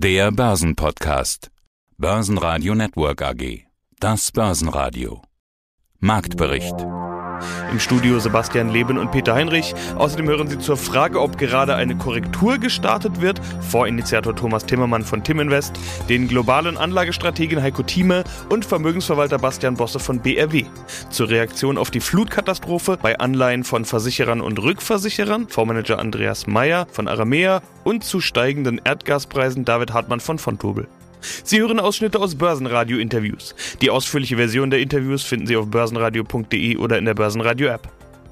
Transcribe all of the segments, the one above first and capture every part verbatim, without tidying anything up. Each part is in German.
Der Börsenpodcast. Börsenradio Network A G. Das Börsenradio. Marktbericht. Im Studio Sebastian Leben und Peter Heinrich. Außerdem hören Sie zur Frage, ob gerade eine Korrektur gestartet wird, Vorinitiator Thomas Timmermann von Timinvest, den globalen Anlagestrategen Heiko Thieme und Vermögensverwalter Bastian Bosse von B R W. Zur Reaktion auf die Flutkatastrophe bei Anleihen von Versicherern und Rückversicherern, Fondsmanager Andreas Meyer von Aramea und zu steigenden Erdgaspreisen David Hartmann von Vontobel. Sie hören Ausschnitte aus Börsenradio-Interviews. Die ausführliche Version der Interviews finden Sie auf börsenradio punkt de oder in der Börsenradio-App.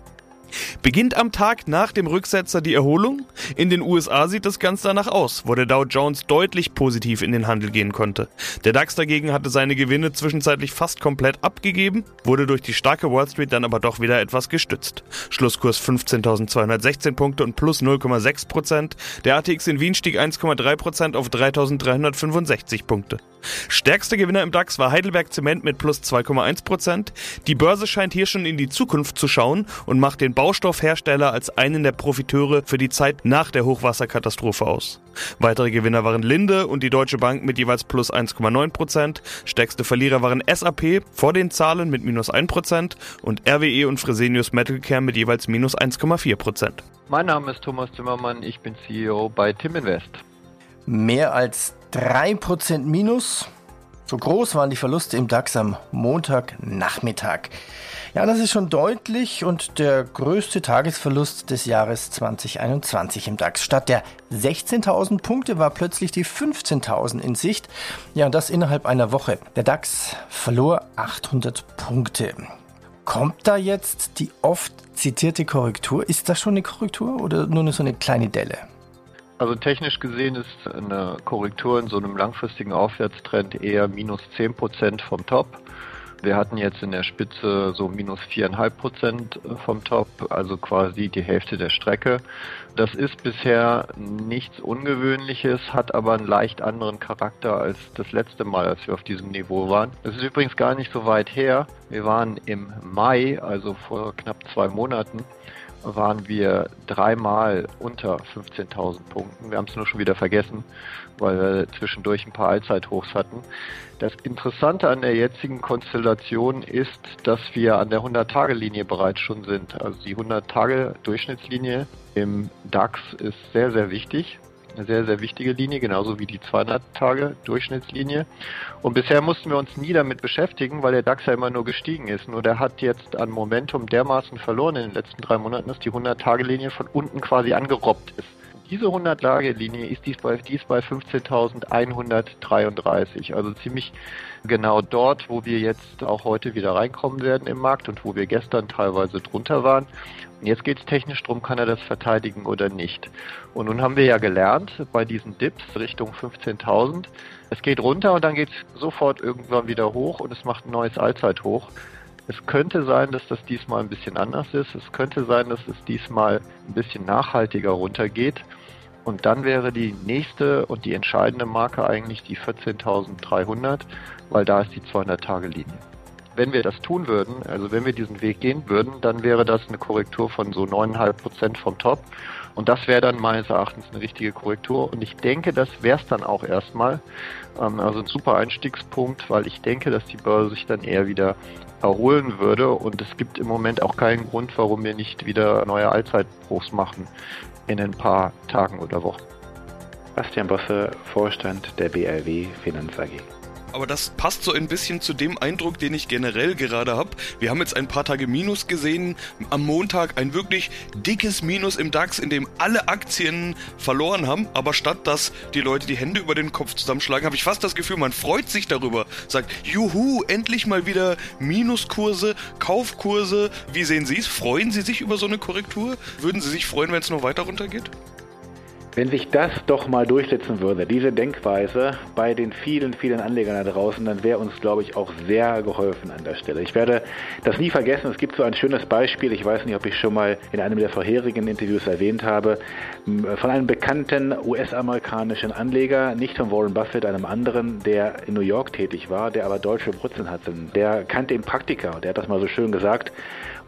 Beginnt am Tag nach dem Rücksetzer die Erholung? In den U S A sieht es ganz danach aus, wo der Dow Jones deutlich positiv in den Handel gehen konnte. Der DAX dagegen hatte seine Gewinne zwischenzeitlich fast komplett abgegeben, wurde durch die starke Wall Street dann aber doch wieder etwas gestützt. Schlusskurs fünfzehntausendzweihundertsechzehn Punkte und plus null Komma sechs Prozent. Der A T X in Wien stieg eins Komma drei Prozent auf dreitausenddreihundertfünfundsechzig Punkte. Stärkster Gewinner im DAX war Heidelberg Zement mit plus zwei Komma eins Prozent. Die Börse scheint hier schon in die Zukunft zu schauen und macht den Baustoffhersteller als einen der Profiteure für die Zeit nach der Hochwasserkatastrophe aus. Weitere Gewinner waren Linde und die Deutsche Bank mit jeweils plus eins Komma neun Prozent. Stärkste Verlierer waren S A P vor den Zahlen mit minus ein Prozent und R W E und Fresenius Medical Care mit jeweils minus eins Komma vier Prozent. Mein Name ist Thomas Timmermann, ich bin C E O bei Timinvest. Mehr als drei Prozent Minus. So groß waren die Verluste im DAX am Montagnachmittag. Ja, das ist schon deutlich und der größte Tagesverlust des Jahres zwanzig einundzwanzig im DAX. Statt der sechzehntausend Punkte war plötzlich die fünfzehntausend in Sicht. Ja, und das innerhalb einer Woche. Der DAX verlor achthundert Punkte. Kommt da jetzt die oft zitierte Korrektur? Ist das schon eine Korrektur oder nur so eine kleine Delle? Also technisch gesehen ist eine Korrektur in so einem langfristigen Aufwärtstrend eher minus zehn Prozent vom Top. Wir hatten jetzt in der Spitze so minus vier Komma fünf Prozent vom Top, also quasi die Hälfte der Strecke. Das ist bisher nichts Ungewöhnliches, hat aber einen leicht anderen Charakter als das letzte Mal, als wir auf diesem Niveau waren. Das ist übrigens gar nicht so weit her. Wir waren im Mai, also vor knapp zwei Monaten, waren wir dreimal unter fünfzehntausend Punkten. Wir haben es nur schon wieder vergessen, weil wir zwischendurch ein paar Allzeithochs hatten. Das Interessante an der jetzigen Konstellation ist, dass wir an der hundert-Tage-Linie bereits schon sind. Also die hundert-Tage-Durchschnittslinie im DAX ist sehr, sehr wichtig. Eine sehr, sehr wichtige Linie, genauso wie die zweihundert-Tage-Durchschnittslinie. Und bisher mussten wir uns nie damit beschäftigen, weil der DAX ja immer nur gestiegen ist. Nur der hat jetzt an Momentum dermaßen verloren in den letzten drei Monaten, dass die hundert-Tage-Linie von unten quasi angerobbt ist. Diese hundert-Tage-Linie ist dies bei, dies bei fünfzehntausendeinhundertdreiunddreißig, also ziemlich genau dort, wo wir jetzt auch heute wieder reinkommen werden im Markt und wo wir gestern teilweise drunter waren. Und jetzt geht es technisch darum, kann er das verteidigen oder nicht. Und nun haben wir ja gelernt, bei diesen Dips Richtung fünfzehntausend, es geht runter und dann geht es sofort irgendwann wieder hoch und es macht ein neues Allzeithoch. Es könnte sein, dass das diesmal ein bisschen anders ist. Es könnte sein, dass es diesmal ein bisschen nachhaltiger runtergeht. Und dann wäre die nächste und die entscheidende Marke eigentlich die vierzehntausenddreihundert, weil da ist die zweihundert-Tage-Linie. Wenn wir das tun würden, also wenn wir diesen Weg gehen würden, dann wäre das eine Korrektur von so neun Komma fünf Prozent vom Top. Und das wäre dann meines Erachtens eine richtige Korrektur. Und ich denke, das wäre es dann auch erstmal. Also ein super Einstiegspunkt, weil ich denke, dass die Börse sich dann eher wieder erholen würde. Und es gibt im Moment auch keinen Grund, warum wir nicht wieder neue Allzeithochs machen in ein paar Tagen oder Wochen. Bastian Bosse, Vorstand der B R W Finanz A G. Aber das passt so ein bisschen zu dem Eindruck, den ich generell gerade habe. Wir haben jetzt ein paar Tage Minus gesehen. Am Montag ein wirklich dickes Minus im DAX, in dem alle Aktien verloren haben. Aber statt dass die Leute die Hände über den Kopf zusammenschlagen, habe ich fast das Gefühl, man freut sich darüber. Sagt, juhu, endlich mal wieder Minuskurse, Kaufkurse. Wie sehen Sie es? Freuen Sie sich über so eine Korrektur? Würden Sie sich freuen, wenn es noch weiter runtergeht? Wenn sich das doch mal durchsetzen würde, diese Denkweise bei den vielen, vielen Anlegern da draußen, dann wäre uns, glaube ich, auch sehr geholfen an der Stelle. Ich werde das nie vergessen. Es gibt so ein schönes Beispiel, ich weiß nicht, ob ich schon mal in einem der vorherigen Interviews erwähnt habe, von einem bekannten U S-amerikanischen Anleger, nicht von Warren Buffett, einem anderen, der in New York tätig war, der aber deutsche Wurzeln hatte. Der kannte den Praktiker und der hat das mal so schön gesagt.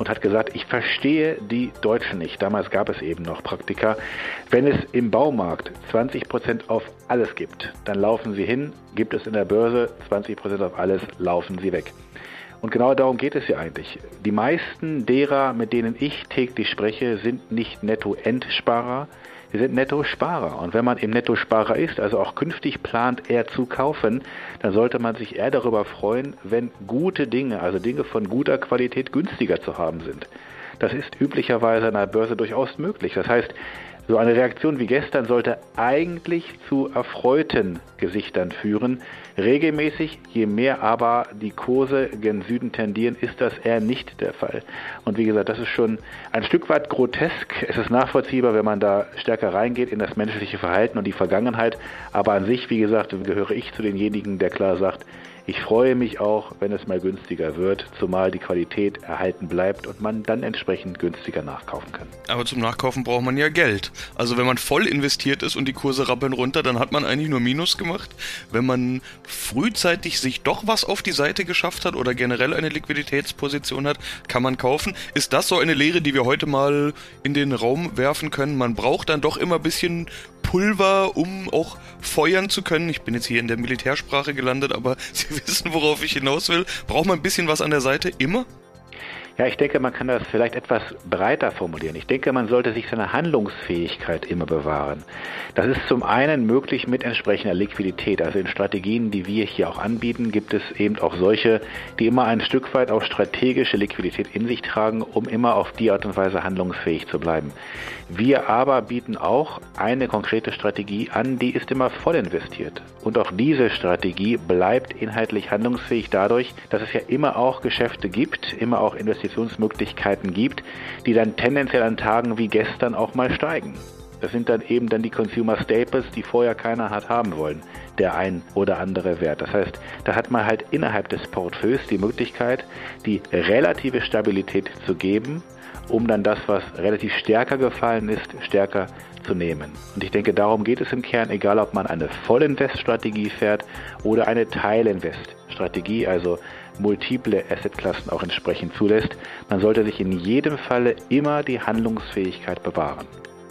und hat gesagt, ich verstehe die Deutschen nicht. Damals gab es eben noch Praktika. Wenn es im Baumarkt zwanzig Prozent auf alles gibt, dann laufen sie hin, gibt es in der Börse zwanzig Prozent auf alles, laufen sie weg. Und genau darum geht es ja eigentlich. Die meisten derer, mit denen ich täglich spreche, sind nicht Netto-Endsparer, sie sind Netto-Sparer. Und wenn man eben Netto-Sparer ist, also auch künftig plant, eher zu kaufen, dann sollte man sich eher darüber freuen, wenn gute Dinge, also Dinge von guter Qualität, günstiger zu haben sind. Das ist üblicherweise an der Börse durchaus möglich. Das heißt, so eine Reaktion wie gestern sollte eigentlich zu erfreuten Gesichtern führen. Regelmäßig, je mehr aber die Kurse gen Süden tendieren, ist das eher nicht der Fall. Und wie gesagt, das ist schon ein Stück weit grotesk. Es ist nachvollziehbar, wenn man da stärker reingeht in das menschliche Verhalten und die Vergangenheit. Aber an sich, wie gesagt, gehöre ich zu denjenigen, der klar sagt, ich freue mich auch, wenn es mal günstiger wird, zumal die Qualität erhalten bleibt und man dann entsprechend günstiger nachkaufen kann. Aber zum Nachkaufen braucht man ja Geld. Also wenn man voll investiert ist und die Kurse rappeln runter, dann hat man eigentlich nur Minus gemacht. Wenn man frühzeitig sich doch was auf die Seite geschafft hat oder generell eine Liquiditätsposition hat, kann man kaufen. Ist das so eine Lehre, die wir heute mal in den Raum werfen können? Man braucht dann doch immer ein bisschen Pulver, um auch feuern zu können. Ich bin jetzt hier in der Militärsprache gelandet, aber Sie wissen, worauf ich hinaus will. Braucht man ein bisschen was an der Seite? Immer? Ja, ich denke, man kann das vielleicht etwas breiter formulieren. Ich denke, man sollte sich seine Handlungsfähigkeit immer bewahren. Das ist zum einen möglich mit entsprechender Liquidität. Also in Strategien, die wir hier auch anbieten, gibt es eben auch solche, die immer ein Stück weit auch strategische Liquidität in sich tragen, um immer auf die Art und Weise handlungsfähig zu bleiben. Wir aber bieten auch eine konkrete Strategie an, die ist immer voll investiert. Und auch diese Strategie bleibt inhaltlich handlungsfähig dadurch, dass es ja immer auch Geschäfte gibt, immer auch Investitionsmöglichkeiten gibt, die dann tendenziell an Tagen wie gestern auch mal steigen. Das sind dann eben dann die Consumer Staples, die vorher keiner hat haben wollen, der ein oder andere Wert. Das heißt, da hat man halt innerhalb des Portfolios die Möglichkeit, die relative Stabilität zu geben, um dann das, was relativ stärker gefallen ist, stärker zu nehmen. Und ich denke, darum geht es im Kern, egal ob man eine Vollinvest-Strategie fährt oder eine Teilinvest-Strategie, also multiple Assetklassen auch entsprechend zulässt. Man sollte sich in jedem Falle immer die Handlungsfähigkeit bewahren.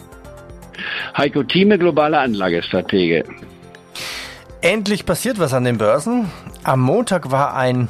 Heiko Thieme, globaler Anlagestratege. Endlich passiert was an den Börsen. Am Montag war ein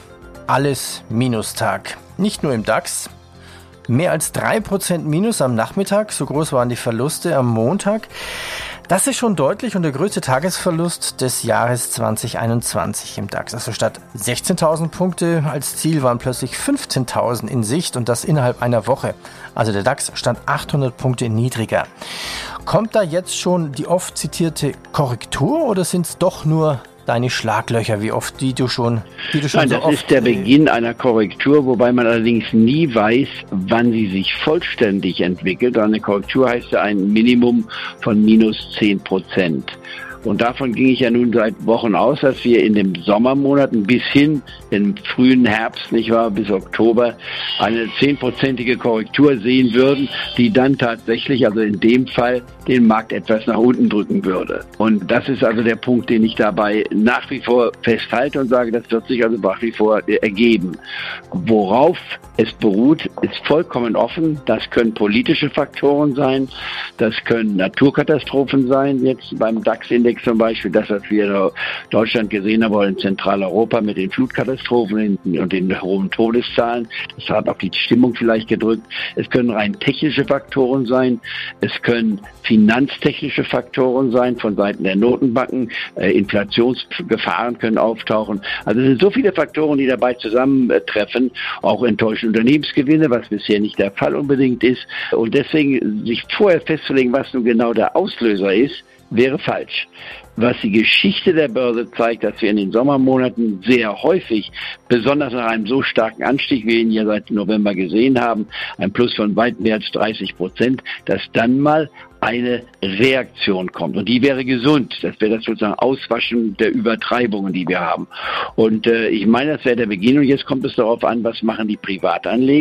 Alles-Minustag. Nicht nur im DAX. Mehr als drei Prozent Minus am Nachmittag, so groß waren die Verluste am Montag. Das ist schon deutlich und der größte Tagesverlust des Jahres zwanzig einundzwanzig im DAX. Also statt sechzehntausend Punkte als Ziel waren plötzlich fünfzehntausend in Sicht und das innerhalb einer Woche. Also der DAX stand achthundert Punkte niedriger. Kommt da jetzt schon die oft zitierte Korrektur oder sind es doch nur deine Schlaglöcher, wie oft, die du schon, die du schon Nein, so das oft... ist der Beginn einer Korrektur, wobei man allerdings nie weiß, wann sie sich vollständig entwickelt. Eine Korrektur heißt ja ein Minimum von minus zehn Prozent. Und davon ging ich ja nun seit Wochen aus, dass wir in den Sommermonaten bis hin im frühen Herbst, nicht wahr, bis Oktober, eine zehnprozentige Korrektur sehen würden, die dann tatsächlich, also in dem Fall, den Markt etwas nach unten drücken würde. Und das ist also der Punkt, den ich dabei nach wie vor festhalte und sage, das wird sich also nach wie vor ergeben. Worauf es beruht, ist vollkommen offen. Das können politische Faktoren sein, das können Naturkatastrophen sein, jetzt beim DAX-Index zum Beispiel, das, was wir in Deutschland gesehen haben, oder in Zentraleuropa mit den Flutkatastrophen und den hohen Todeszahlen. Das hat auch die Stimmung vielleicht gedrückt. Es können rein technische Faktoren sein. Es können finanztechnische Faktoren sein von Seiten der Notenbanken. Äh, Inflationsgefahren können auftauchen. Also es sind so viele Faktoren, die dabei zusammentreffen. Auch enttäuschende Unternehmensgewinne, was bisher nicht der Fall unbedingt ist. Und deswegen sich vorher festzulegen, was nun genau der Auslöser ist, wäre falsch. Was die Geschichte der Börse zeigt, dass wir in den Sommermonaten sehr häufig, besonders nach einem so starken Anstieg, wie wir ihn ja seit November gesehen haben, ein Plus von weit mehr als dreißig Prozent, dass dann mal eine Reaktion kommt. Und die wäre gesund. Das wäre das sozusagen Auswaschen der Übertreibungen, die wir haben. Und äh, ich meine, das wäre der Beginn. Und jetzt kommt es darauf an, was machen die Privatanleger.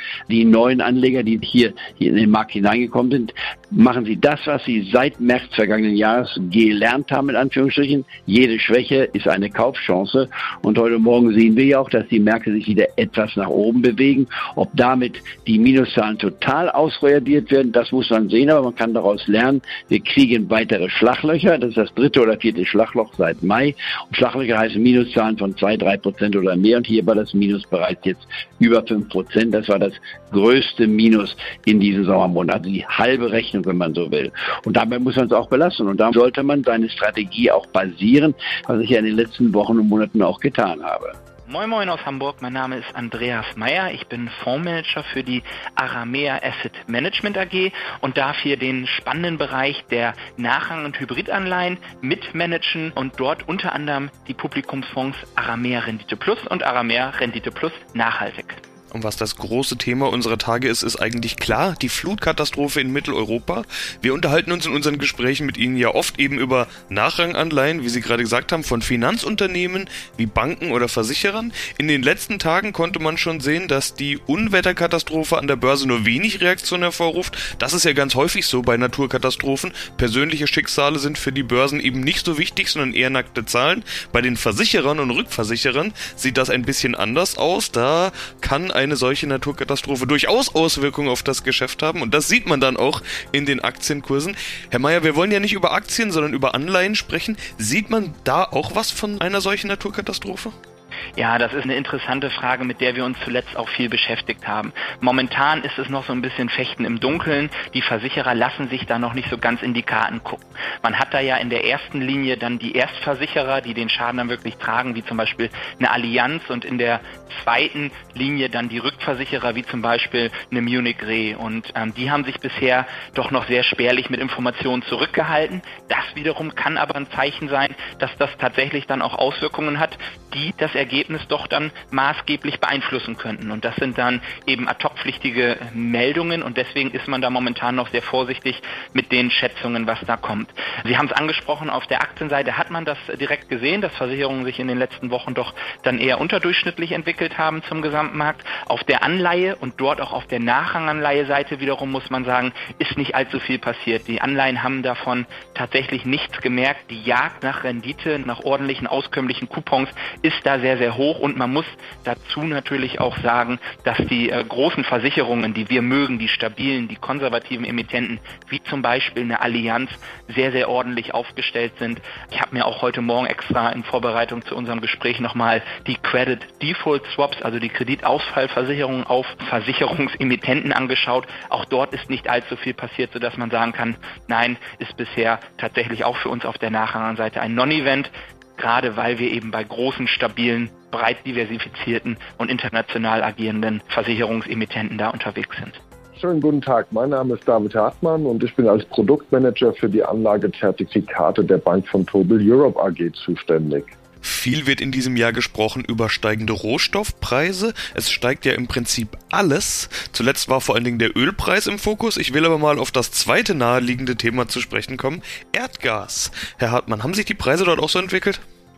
Die neuen Anleger, die hier, hier in den Markt hineingekommen sind, machen sie das, was sie seit März vergangenen Jahres gelernt haben, in Anführungsstrichen. Jede Schwäche ist eine Kaufchance. Und heute Morgen sehen wir ja auch, dass die Märkte sich wieder etwas nach oben bewegen. Ob damit die Minuszahlen total ausradiert werden, das muss man sehen, aber man kann daraus lernen. Wir kriegen weitere Schlaglöcher. Das ist das dritte oder vierte Schlagloch seit Mai. Und Schlaglöcher heißen Minuszahlen von zwei, drei Prozent oder mehr. Und hier war das Minus bereits jetzt über fünf Prozent. Das war das größte Minus in diesem Sommermonat. Also die halbe Rechnung, wenn man so will. Und dabei muss man es auch belassen. Und da sollte man seine Strategie auch basieren, was ich ja in den letzten Wochen und Monaten auch getan habe. Moin Moin aus Hamburg, mein Name ist Andreas Meyer, ich bin Fondsmanager für die Aramea Asset Management A G und darf hier den spannenden Bereich der Nachrang- und Hybridanleihen mitmanagen und dort unter anderem die Publikumsfonds Aramea Rendite Plus und Aramea Rendite Plus Nachhaltig. Und was das große Thema unserer Tage ist, ist eigentlich klar, die Flutkatastrophe in Mitteleuropa. Wir unterhalten uns in unseren Gesprächen mit Ihnen ja oft eben über Nachranganleihen, wie Sie gerade gesagt haben, von Finanzunternehmen wie Banken oder Versicherern. In den letzten Tagen konnte man schon sehen, dass die Unwetterkatastrophe an der Börse nur wenig Reaktion hervorruft. Das ist ja ganz häufig so bei Naturkatastrophen. Persönliche Schicksale sind für die Börsen eben nicht so wichtig, sondern eher nackte Zahlen. Bei den Versicherern und Rückversicherern sieht das ein bisschen anders aus. Da kann ein eine solche Naturkatastrophe durchaus Auswirkungen auf das Geschäft haben und das sieht man dann auch in den Aktienkursen. Herr Meyer, wir wollen ja nicht über Aktien, sondern über Anleihen sprechen. Sieht man da auch was von einer solchen Naturkatastrophe? Ja, das ist eine interessante Frage, mit der wir uns zuletzt auch viel beschäftigt haben. Momentan ist es noch so ein bisschen Fechten im Dunkeln. Die Versicherer lassen sich da noch nicht so ganz in die Karten gucken. Man hat da ja in der ersten Linie dann die Erstversicherer, die den Schaden dann wirklich tragen, wie zum Beispiel eine Allianz, und in der zweiten Linie dann die Rückversicherer, wie zum Beispiel eine Munich Re. Und ähm, die haben sich bisher doch noch sehr spärlich mit Informationen zurückgehalten. Das wiederum kann aber ein Zeichen sein, dass das tatsächlich dann auch Auswirkungen hat, die das Ergebnis doch dann maßgeblich beeinflussen könnten. Und das sind dann eben ad-hoc-pflichtige Meldungen und deswegen ist man da momentan noch sehr vorsichtig mit den Schätzungen, was da kommt. Sie haben es angesprochen, auf der Aktienseite hat man das direkt gesehen, dass Versicherungen sich in den letzten Wochen doch dann eher unterdurchschnittlich entwickelt haben zum Gesamtmarkt. Auf der Anleihe und dort auch auf der Nachranganleihe-Seite wiederum muss man sagen, ist nicht allzu viel passiert. Die Anleihen haben davon tatsächlich nichts gemerkt. Die Jagd nach Rendite, nach ordentlichen, auskömmlichen Coupons ist da sehr, sehr hoch und man muss dazu natürlich auch sagen, dass die äh, großen Versicherungen, die wir mögen, die stabilen, die konservativen Emittenten, wie zum Beispiel eine Allianz, sehr, sehr ordentlich aufgestellt sind. Ich habe mir auch heute Morgen extra in Vorbereitung zu unserem Gespräch nochmal die Credit Default Swaps, also die Kreditausfallversicherungen auf Versicherungsemittenten angeschaut. Auch dort ist nicht allzu viel passiert, sodass man sagen kann, nein, ist bisher tatsächlich auch für uns auf der Nachranganseite ein Non-Event. Gerade weil wir eben bei großen, stabilen, breit diversifizierten und international agierenden Versicherungsemittenten da unterwegs sind. Schönen guten Tag, mein Name ist David Hartmann und ich bin als Produktmanager für die Anlagezertifikate der Bank Vontobel Europe A G zuständig. Viel wird in diesem Jahr gesprochen über steigende Rohstoffpreise. Es steigt ja im Prinzip alles. Zuletzt war vor allen Dingen der Ölpreis im Fokus. Ich will aber mal auf das zweite naheliegende Thema zu sprechen kommen. Erdgas. Herr Hartmann, haben sich die Preise dort auch so entwickelt?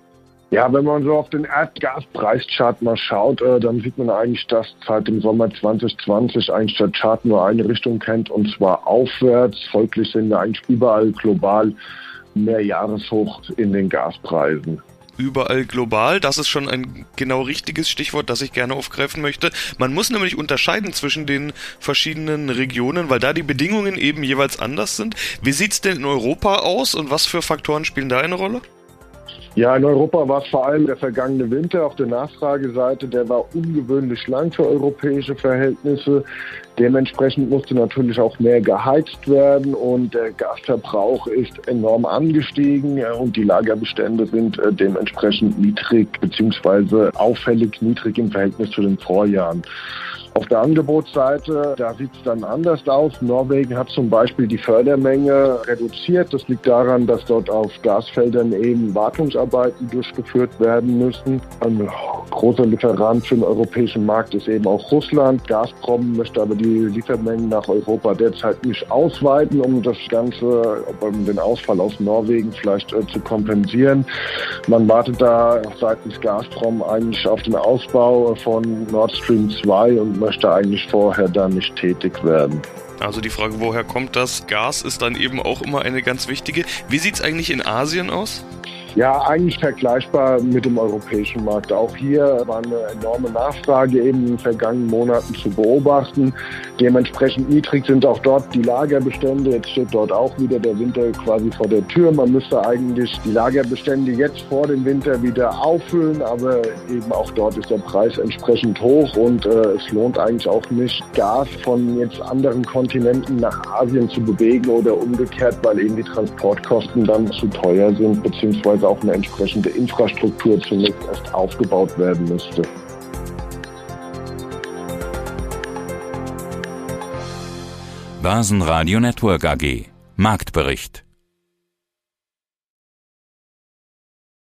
Ja, wenn man so auf den Erdgaspreischart mal schaut, äh, dann sieht man eigentlich, dass seit dem Sommer zwanzig zwanzig eigentlich der Chart nur eine Richtung kennt, und zwar aufwärts. Folglich sind wir eigentlich überall global mehr Jahreshoch in den Gaspreisen. Überall global, das ist schon ein genau richtiges Stichwort, das ich gerne aufgreifen möchte. Man muss nämlich unterscheiden zwischen den verschiedenen Regionen, weil da die Bedingungen eben jeweils anders sind. Wie sieht's denn in Europa aus und was für Faktoren spielen da eine Rolle? Ja, in Europa war es vor allem der vergangene Winter auf der Nachfrageseite, der war ungewöhnlich lang für europäische Verhältnisse. Dementsprechend musste natürlich auch mehr geheizt werden und der Gasverbrauch ist enorm angestiegen und die Lagerbestände sind dementsprechend niedrig bzw. auffällig niedrig im Verhältnis zu den Vorjahren. Auf der Angebotsseite, da sieht es dann anders aus. Norwegen hat zum Beispiel die Fördermenge reduziert. Das liegt daran, dass dort auf Gasfeldern eben Wartungsarbeiten durchgeführt werden müssen. Ein großer Lieferant für den europäischen Markt ist eben auch Russland. Gazprom möchte aber die Liefermengen nach Europa derzeit nicht ausweiten, um das Ganze, um den Ausfall aus Norwegen vielleicht äh, zu kompensieren. Man wartet da seitens Gazprom eigentlich auf den Ausbau von Nord Stream zwei und möchte eigentlich vorher da nicht tätig werden. Also die Frage, woher kommt das Gas, ist dann eben auch immer eine ganz wichtige. Wie sieht es eigentlich in Asien aus? Ja, eigentlich vergleichbar mit dem europäischen Markt. Auch hier war eine enorme Nachfrage eben in den vergangenen Monaten zu beobachten. Dementsprechend niedrig sind auch dort die Lagerbestände. Jetzt steht dort auch wieder der Winter quasi vor der Tür. Man müsste eigentlich die Lagerbestände jetzt vor dem Winter wieder auffüllen, aber eben auch dort ist der Preis entsprechend hoch und äh, es lohnt eigentlich auch nicht, Gas von jetzt anderen Kontinenten nach Asien zu bewegen oder umgekehrt, weil eben die Transportkosten dann zu teuer sind, beziehungsweise auch eine entsprechende Infrastruktur zunächst erst aufgebaut werden müsste. Börsenradio Network A G. Marktbericht.